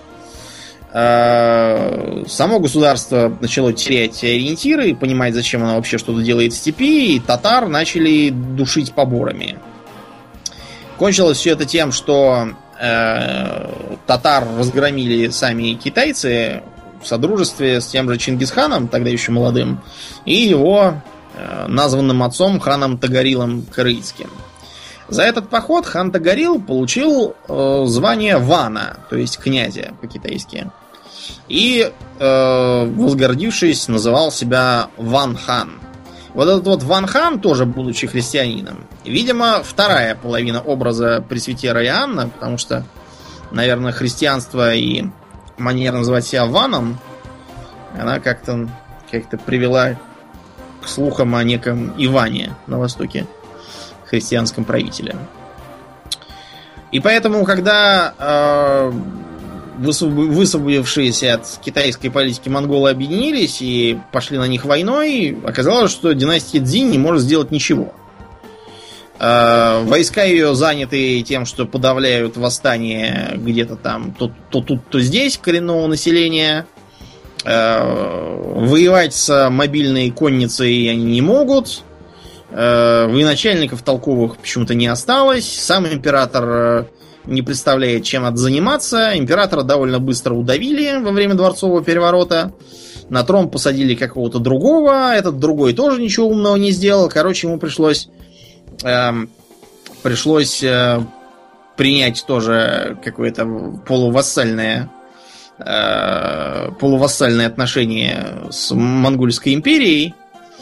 S2: Само государство начало терять ориентиры, понимать, зачем оно вообще что-то делает в степи, и татар начали душить поборами. Кончилось все это тем, что татар разгромили сами китайцы в содружестве с тем же Чингисханом, тогда еще молодым, и его названным отцом ханом Тагарилом Караитским. За этот поход хан Тагарил получил звание вана, то есть князя по-китайски. И, возгордившись, называл себя Ван-хан. Вот этот вот Ван-хан, тоже будучи христианином, видимо, вторая половина образа Пресвитера Иоанна, потому что, наверное, христианство и манера называть себя Ваном, она как-то привела к слухам о неком Иване на Востоке, христианском правителе. И поэтому, когда высвободившиеся от китайской политики монголы объединились и пошли на них войной, оказалось, что династия Цзинь не может сделать ничего. Войска ее заняты тем, что подавляют восстание где-то там то тут, то здесь коренного населения. Воевать с мобильной конницей они не могут. Военачальников толковых почему-то не осталось. Сам император не представляет, чем надо заниматься. Императора довольно быстро удавили во время дворцового переворота. На трон посадили какого-то другого. Этот другой тоже ничего умного не сделал. Короче, ему пришлось принять тоже какое-то полувассальное отношение с Монгольской империей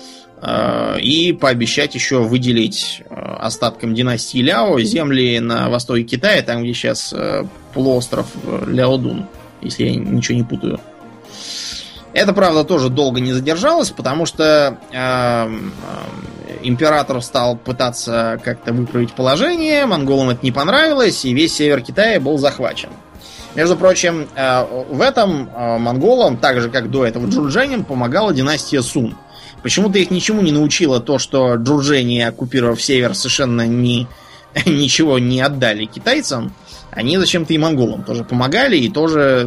S2: и пообещать еще выделить остаткам династии Ляо земли на востоке Китая, там, где сейчас полуостров Ляодун, если я ничего не путаю. Это, правда, тоже долго не задержалось, потому что император стал пытаться как-то выправить положение, монголам это не понравилось, и весь север Китая был захвачен. Между прочим, в этом монголам, так же как до этого джурдженям, помогала династия Сун. Почему-то их ничему не научило то, что джурджени, оккупировав север, совершенно ничего не отдали китайцам. Они зачем-то и монголам тоже помогали, и тоже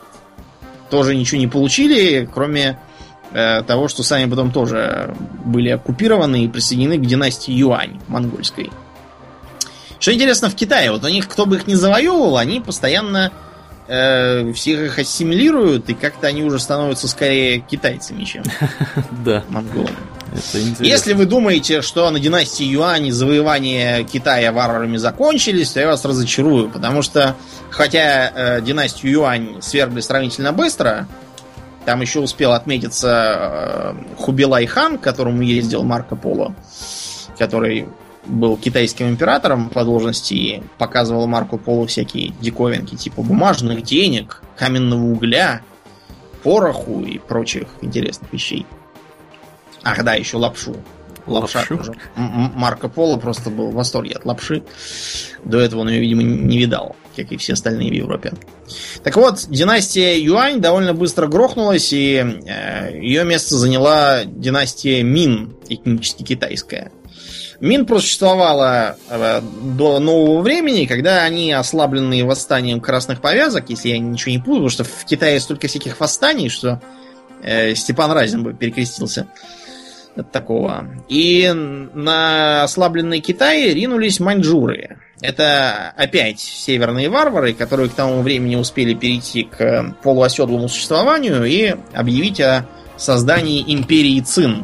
S2: ничего не получили, кроме того, что сами потом тоже были оккупированы и присоединены к династии Юань монгольской. Что интересно, в Китае, вот у них, кто бы их ни завоевывал, они постоянно всех их ассимилируют, и как-то они уже становятся скорее китайцами, чем монголами. Если вы думаете, что на династии Юань завоевания Китая варварами закончились, то я вас разочарую, потому что, хотя династию Юань свергли сравнительно быстро, там еще успел отметиться Хубилай хан, к которому ездил Марко Поло, который был китайским императором по должности и показывал Марко Поло всякие диковинки, типа бумажных денег, каменного угля, пороху и прочих интересных вещей. Ах да, еще лапшу. Лапша тоже. Марко Поло просто был в восторге от лапши. До этого он ее, видимо, не видал, как и все остальные в Европе. Так вот, династия Юань довольно быстро грохнулась, и ее место заняла династия Мин, этнически китайская. Мин просуществовала до нового времени, когда они, ослабленные восстанием красных повязок, если я ничего не путаю, потому что в Китае столько всяких восстаний, что Степан Разин бы перекрестился от такого. И на ослабленный Китай ринулись маньчжуры. Это опять северные варвары, которые к тому времени успели перейти к полуоседлому существованию и объявить о создании империи Цин.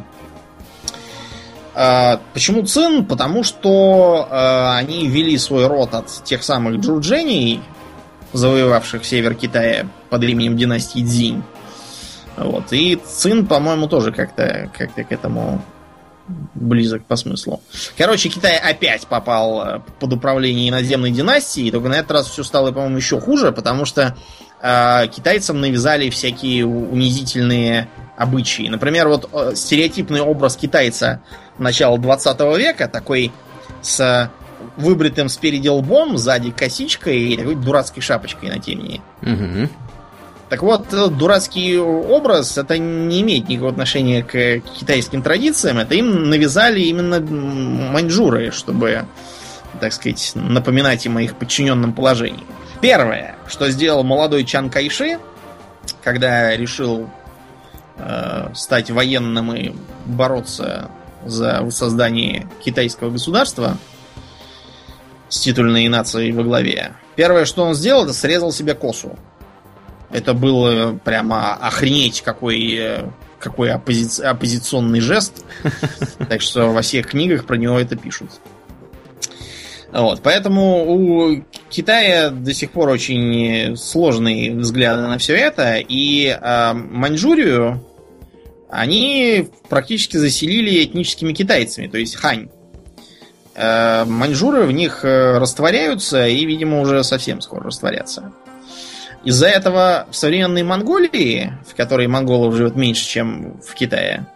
S2: Почему Цин? Потому что они ввели свой род от тех самых джурдженей, завоевавших север Китая под именем династии Цзинь. Вот. И Цин, по-моему, тоже как-то к этому близок по смыслу. Короче, Китай опять попал под управление иноземной династии, и только на этот раз все стало, по-моему, еще хуже, потому что китайцам навязали всякие унизительные обычаи. Например, вот стереотипный образ китайца начала 20 века, такой с выбритым спереди лбом, сзади косичкой и такой дурацкой шапочкой на темени.
S1: Угу.
S2: Так вот, этот дурацкий образ, это не имеет никакого отношения к китайским традициям, это им навязали именно маньчжуры, чтобы, так сказать, напоминать им о их подчиненном положении. Первое, что сделал молодой Чан Кайши, когда решил стать военным и бороться за воссоздание китайского государства с титульной нацией во главе. Первое, что он сделал, это срезал себе косу. Это было прямо охренеть какой оппозиционный жест. Так что во всех книгах про него это пишут. Вот, поэтому у Китая до сих пор очень сложные взгляды на все это, и Маньчжурию они практически заселили этническими китайцами, то есть хань. Маньчжуры в них растворяются и, видимо, уже совсем скоро растворятся. Из-за этого в современной Монголии, в которой монголов живет меньше, чем в Китае,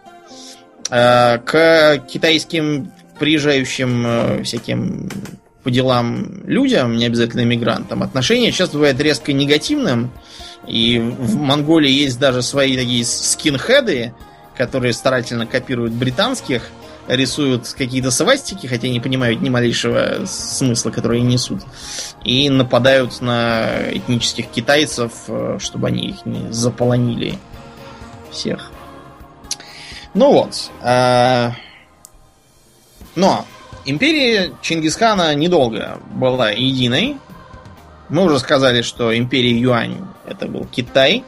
S2: к китайским приезжающим всяким по делам людям, не обязательно мигрантам, отношение часто бывает резко негативным. И в Монголии есть даже свои такие скинхеды, которые старательно копируют британских, рисуют какие-то свастики, хотя не понимают ни малейшего смысла, который они несут, и нападают на этнических китайцев, чтобы они их не заполонили всех. Ну вот. Но империя Чингисхана недолго была единой. Мы уже сказали, что империя Юань это был Китай.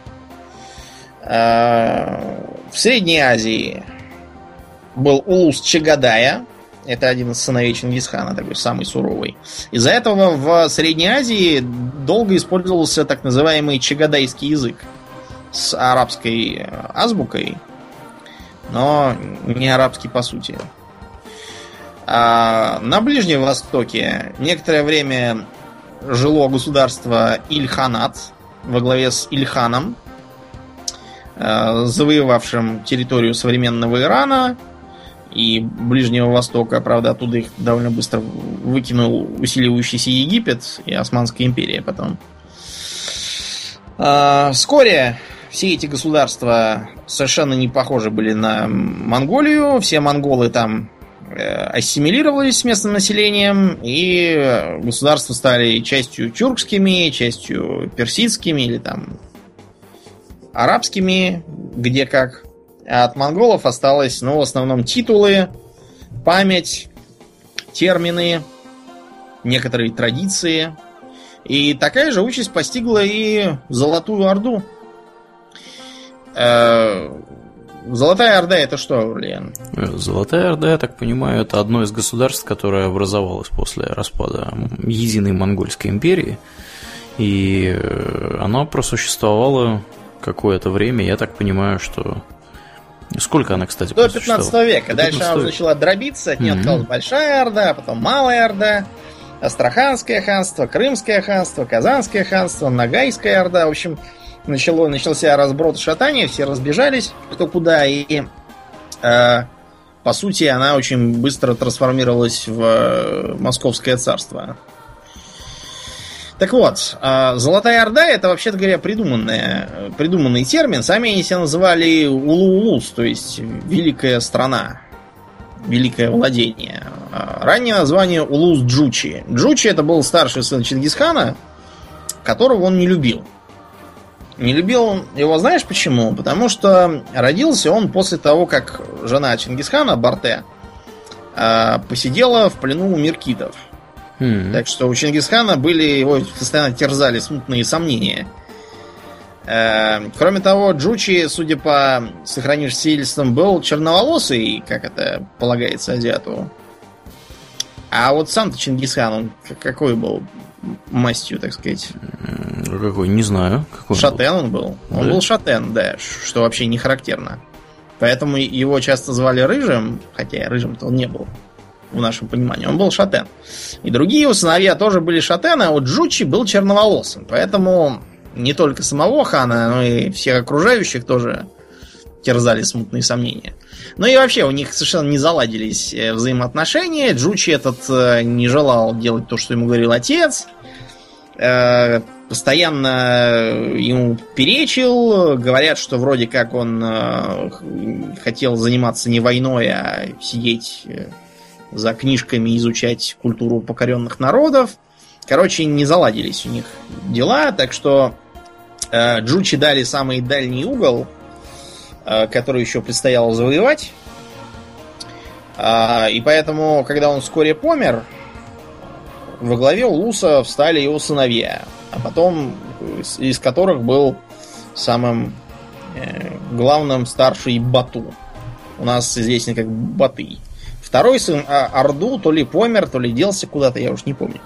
S2: В Средней Азии был улус Чагадая. Это один из сыновей Чингисхана, такой самый суровый. Из-за этого в Средней Азии долго использовался так называемый чагадайский язык с арабской азбукой, но не арабский по сути. А на Ближнем Востоке некоторое время жило государство Ильханат во главе с Ильханом, завоевавшим территорию современного Ирана и Ближнего Востока. Правда, оттуда их довольно быстро выкинул усиливающийся Египет и Османская империя потом. Вскоре все эти государства совершенно не похожи были на Монголию. Все монголы там ассимилировались с местным населением, и государства стали частью тюркскими, частью персидскими или там арабскими, где как. А от монголов осталось, в основном титулы, память, термины, некоторые традиции. И такая же участь постигла и Золотую Орду. Золотая Орда это что, Аурлиен?
S1: Золотая Орда, я так понимаю, это одно из государств, которое образовалось после распада единой монгольской империи. И оно просуществовало какое-то время, я так понимаю, что... Сколько она, кстати,
S2: до 15 века. Дальше она уже начала дробиться, от нее открылась Большая Орда, потом Малая Орда, Астраханское ханство, Крымское ханство, Казанское ханство, Ногайская Орда. В общем, начался разброд и шатание, все разбежались кто куда, и по сути она очень быстро трансформировалась в Московское царство. Так вот, Золотая Орда это, вообще-то говоря, придуманный термин. Сами они себя называли Улу-Улус, то есть Великая страна, Великое владение. Раннее название Улус-Джучи. Джучи это был старший сын Чингисхана, которого он не любил. Не любил его, знаешь почему? Потому что родился он после того, как жена Чингисхана, Барте, посидела в плену у меркитов. Так что у Чингисхана его постоянно терзали смутные сомнения. Кроме того, Джучи, судя по сохранившимся свидетельствам, был черноволосый, как это полагается азиату. А вот сам-то Чингисхан, он какой был мастью, так сказать?
S1: Какой? Не знаю. Какой
S2: шатен он был. Он был шатен, да, что вообще не характерно. Поэтому его часто звали Рыжим, хотя Рыжим-то он не был. В нашем понимании. Он был шатен. И другие его сыновья тоже были шатены, а вот Джучи был черноволосым. Поэтому не только самого хана, но и всех окружающих тоже терзали смутные сомнения. Ну и вообще у них совершенно не заладились взаимоотношения. Джучи этот не желал делать то, что ему говорил отец. Постоянно ему перечил. Говорят, что вроде как он хотел заниматься не войной, а сидеть за книжками, изучать культуру покоренных народов. Короче, не заладились у них дела, так что Джучи дали самый дальний угол, который еще предстояло завоевать. И поэтому, когда он вскоре помер, во главе Улуса встали его сыновья, а потом из которых был самым главным старший Бату. У нас известен как Батый. Второй сын Орду то ли помер, то ли делся куда-то, я уж не помню.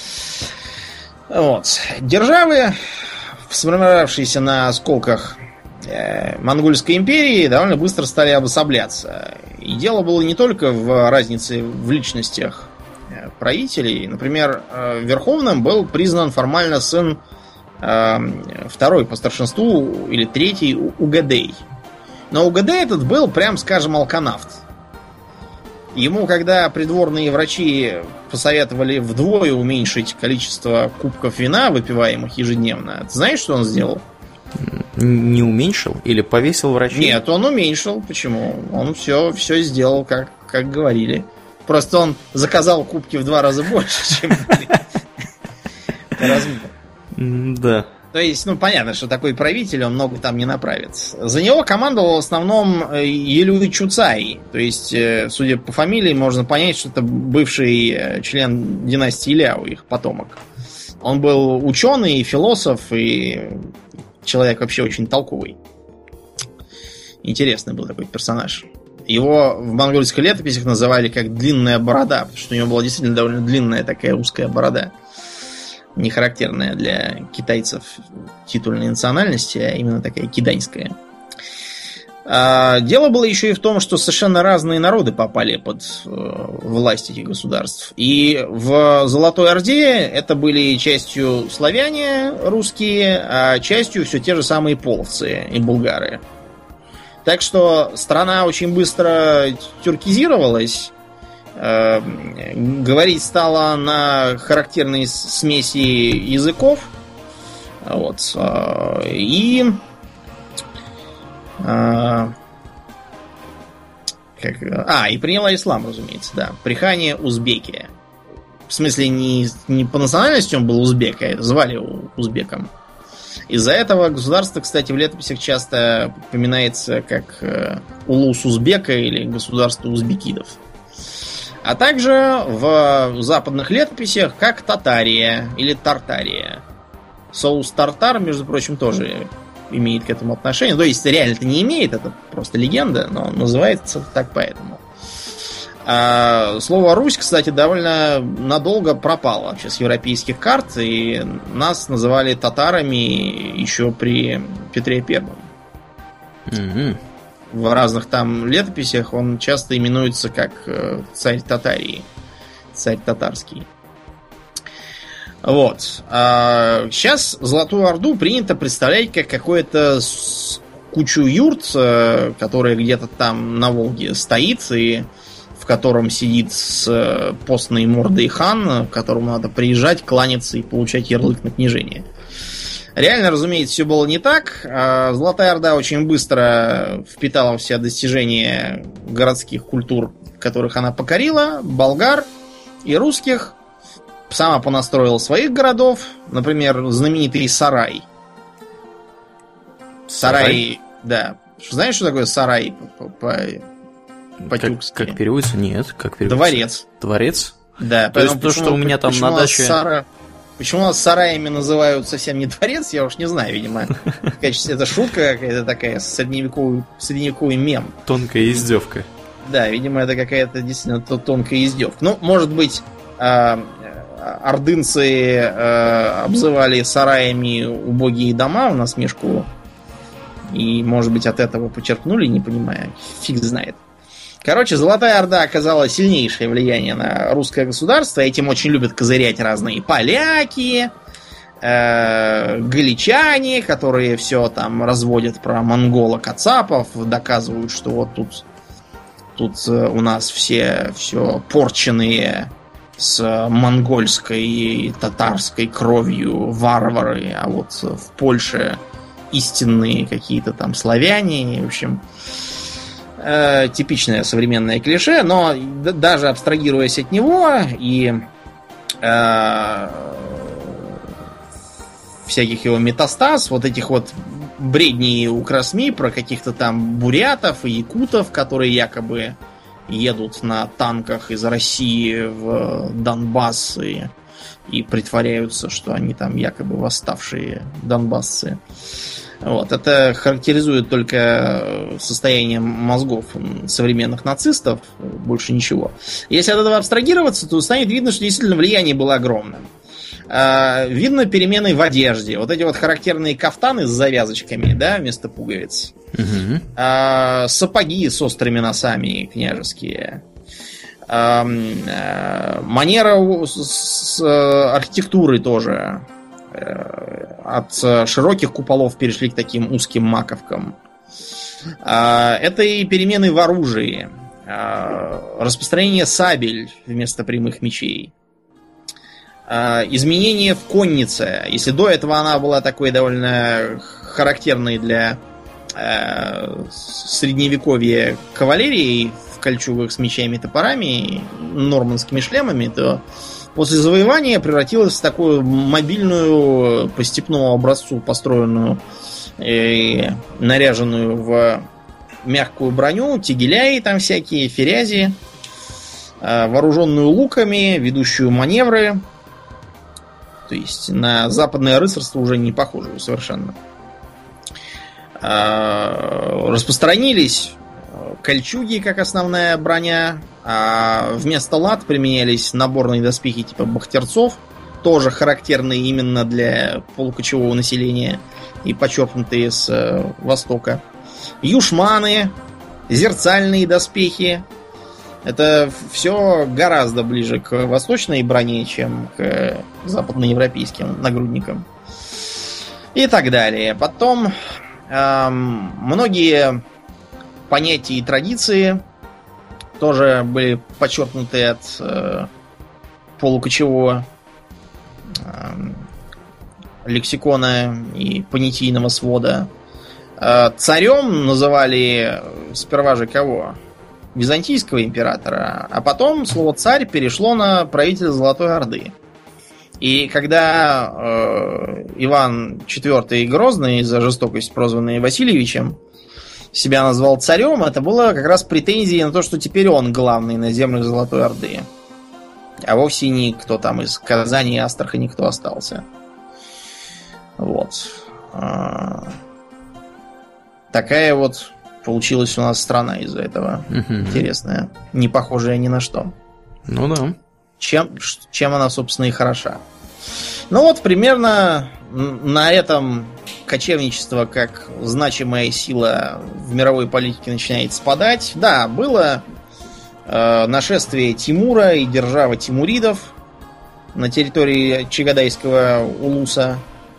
S2: Вот. Державы, сформировавшиеся на осколках Монгольской империи, довольно быстро стали обособляться. И дело было не только в разнице в личностях правителей. Например, верховным был признан формально сын второй по старшинству или третий Угадей. Но Угадей этот был, прям скажем, алканавт. Ему, когда придворные врачи посоветовали вдвое уменьшить количество кубков вина, выпиваемых ежедневно, ты знаешь, что он сделал?
S1: Не уменьшил? Или повесил врачей?
S2: Нет, он уменьшил. Почему? Он все сделал, как говорили. Просто он заказал кубки в 2 раза больше, чем по размеру.
S1: Да.
S2: То есть, понятно, что такой правитель, он много там не направит. За него командовал в основном Елюй Чуцай. То есть, судя по фамилии, можно понять, что это бывший член династии Ляо, их потомок. Он был ученый, философ и человек вообще очень толковый. Интересный был такой персонаж. Его в монгольских летописях называли как длинная борода, потому что у него была действительно довольно длинная такая узкая борода. Не характерная для китайцев титульной национальности, а именно такая киданьская. Дело было еще и в том, что совершенно разные народы попали под власть этих государств. И в Золотой Орде это были частью славяне русские, а частью все те же самые половцы и булгары. Так что страна очень быстро тюркизировалась. Говорить стала на характерной смеси языков. Вот. И приняла ислам, разумеется, да. При хане узбеки. В смысле, не по национальности он был узбек, а звали его узбеком. Из-за этого государство, кстати, в летописях часто упоминается как Улус Узбека или государство узбекидов. А также в западных летописях как Татария или Тартария. Соус тартар, между прочим, тоже имеет к этому отношение. То есть реально-то не имеет, это просто легенда, но называется так поэтому. Слово «Русь», кстати, довольно надолго пропало вообще с европейских карт, и нас называли татарами еще при Петре Первом.
S1: Угу.
S2: В разных там летописях он часто именуется как царь Татарии, царь татарский. Вот. Сейчас Золотую Орду принято представлять как какое-то кучу юрт, которая где-то там на Волге стоит, и в котором сидит с постной мордой хан, к которому надо приезжать, кланяться и получать ярлык на княжение. Реально, разумеется, все было не так. Золотая Орда очень быстро впитала в себя достижения городских культур, которых она покорила, болгар и русских. Сама понастроила своих городов, например, знаменитый Сарай. Сарай, да. Знаешь, что такое Сарай по-тюркски?
S1: Как переводится? Нет, как переводится?
S2: Дворец.
S1: Дворец?
S2: Да.
S1: То есть то, что у меня там на даче...
S2: Почему нас сараями называют совсем не дворец, я уж не знаю, видимо. В качестве это шутка какая-то такая, средневековый мем.
S1: Тонкая издевка.
S2: Да, видимо, это какая-то действительно тонкая издевка. Ну, может быть, ордынцы обзывали сараями убогие дома в насмешку, и, может быть, от этого почерпнули, не понимая. Фиг знает. Короче, Золотая Орда оказала сильнейшее влияние на русское государство. Этим очень любят козырять разные поляки, галичане, которые все там разводят про монголо-кацапов, доказывают, что вот тут у нас все порченые с монгольской и татарской кровью варвары, а вот в Польше истинные какие-то там славяне. В общем, типичное современное клише, но даже абстрагируясь от него и всяких его метастаз, вот этих вот бредней у Красми про каких-то там бурятов и якутов, которые якобы едут на танках из России в Донбасс и притворяются, что они там якобы восставшие донбассцы. Вот. Это характеризует только состояние мозгов современных нацистов, больше ничего. Если от этого абстрагироваться, то станет видно, что действительно влияние было огромным. Видно перемены в одежде. Вот эти вот характерные кафтаны с завязочками, да, вместо пуговиц. Сапоги с острыми носами княжеские. Манера архитектуры тоже. От широких куполов перешли к таким узким маковкам. Это и перемены в оружии. Распространение сабель вместо прямых мечей. Изменения в коннице. Если до этого она была такой довольно характерной для средневековья кавалерии в кольчугах с мечами и топорами, нормандскими шлемами, то после завоевания превратилась в такую мобильную, по степному образцу построенную и наряженную в мягкую броню, тегеляи там всякие, ферязи, вооруженную луками, ведущую маневры. То есть на западное рыцарство уже не похоже совершенно. Распространились кольчуги как основная броня, а вместо лат применялись наборные доспехи типа бахтерцов, тоже характерные именно для полукочевого населения и почерпнутые с востока. Юшманы, зерцальные доспехи. Это все гораздо ближе к восточной броне, чем к западноевропейским нагрудникам. И так далее. Потом многие понятия и традиции тоже были подчеркнуты от полукочевого лексикона и понятийного свода. Царем называли сперва же кого? Византийского императора, а потом слово «царь» перешло на правителя Золотой Орды. И когда Иван IV Грозный, за жестокость прозванный Васильевичем, себя назвал царем, это было как раз претензией на то, что теперь он главный на землях Золотой Орды. А вовсе не кто там из Казани и Астрахани кто остался. Вот. Такая вот получилась у нас страна из-за этого. Интересная. Не похожая ни на что.
S1: Ну да.
S2: Чем она, собственно, и хороша. Ну вот, примерно на этом кочевничество как значимая сила в мировой политике начинает спадать. Да, было нашествие Тимура и держава тимуридов на территории Чагадайского улуса.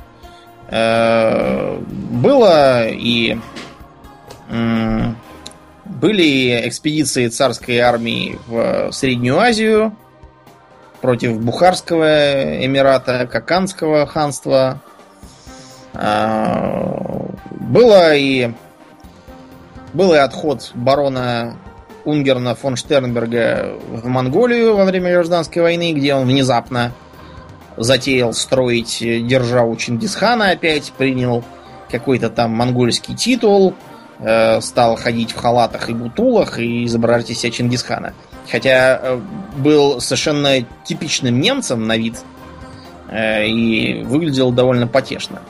S2: Были экспедиции царской армии в Среднюю Азию против Бухарского эмирата, Каканского ханства. Был и отход барона Унгерна фон Штернберга в Монголию во время гражданской войны, где он внезапно затеял строить державу Чингисхана опять, принял какой-то там монгольский титул, стал ходить в халатах и бутулах и изображать из себя Чингисхана. Хотя был совершенно типичным немцем на вид и выглядел довольно потешно.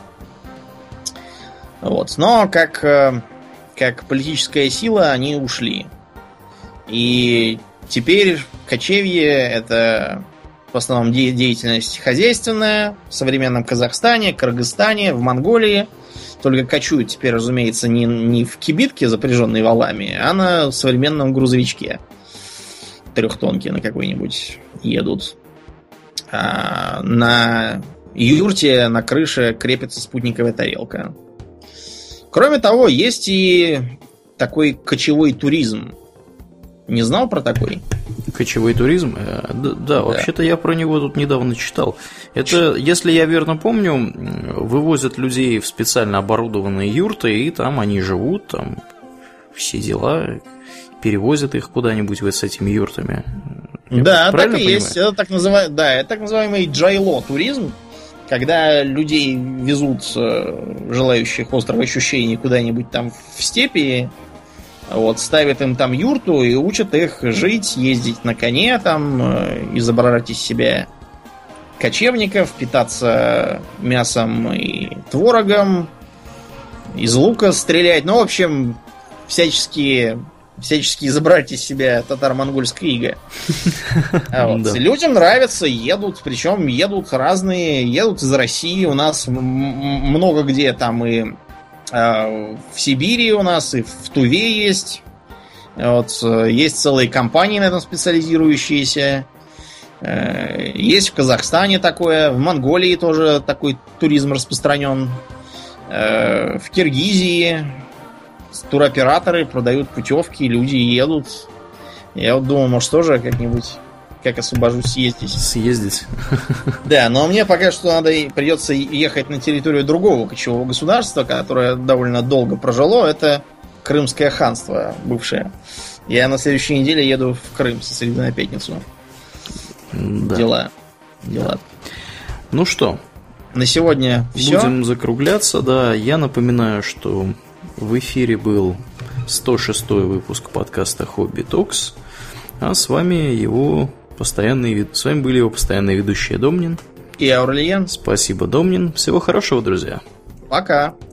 S2: Вот. Но как политическая сила они ушли. И теперь кочевье — это в основном деятельность хозяйственная в современном Казахстане, Кыргызстане, в Монголии. Только кочуют теперь, разумеется, не в кибитке, запряженной валами, а на современном грузовичке. Трехтонке на какой-нибудь едут. На юрте на крыше крепится спутниковая тарелка. Кроме того, есть и такой кочевой туризм. Не знал про такой?
S1: Кочевой туризм? Да, вообще-то я про него тут недавно читал. Это, если я верно помню, вывозят людей в специально оборудованные юрты, и там они живут, там все дела, перевозят их куда-нибудь с этими юртами.
S2: Да, так и есть. Это так называемый джайло туризм, когда людей везут, желающих острых ощущений, куда-нибудь там в степи. Вот, ставят им там юрту и учат их жить, ездить на коне, там, изображать из себя кочевников, питаться мясом и творогом, из лука стрелять. Ну, в общем, всячески изображать из себя татаро-монгольское иго. Людям нравится, едут, причем едут разные, едут из России. У нас много где там и в Сибири у нас, и в Туве есть. Вот, есть целые компании на этом специализирующиеся. Есть в Казахстане такое, в Монголии тоже такой туризм распространен. В Киргизии туроператоры продают путевки, люди едут. Я вот думаю, может, тоже как-нибудь, как освобожусь, съездить. Да, но мне пока что придется ехать на территорию другого кочевого государства, которое довольно долго прожило. Это Крымское ханство бывшее. Я на следующей неделе еду в Крым со среды на пятницу. Да. Дела.
S1: Ну что,
S2: на сегодня все.
S1: Будем закругляться, да. Я напоминаю, что в эфире был 106-й выпуск подкаста Hobby Talks, а с вами с вами были его постоянные ведущие Домнин
S2: и Аурлиен.
S1: Спасибо, Домнин. Всего хорошего, друзья.
S2: Пока.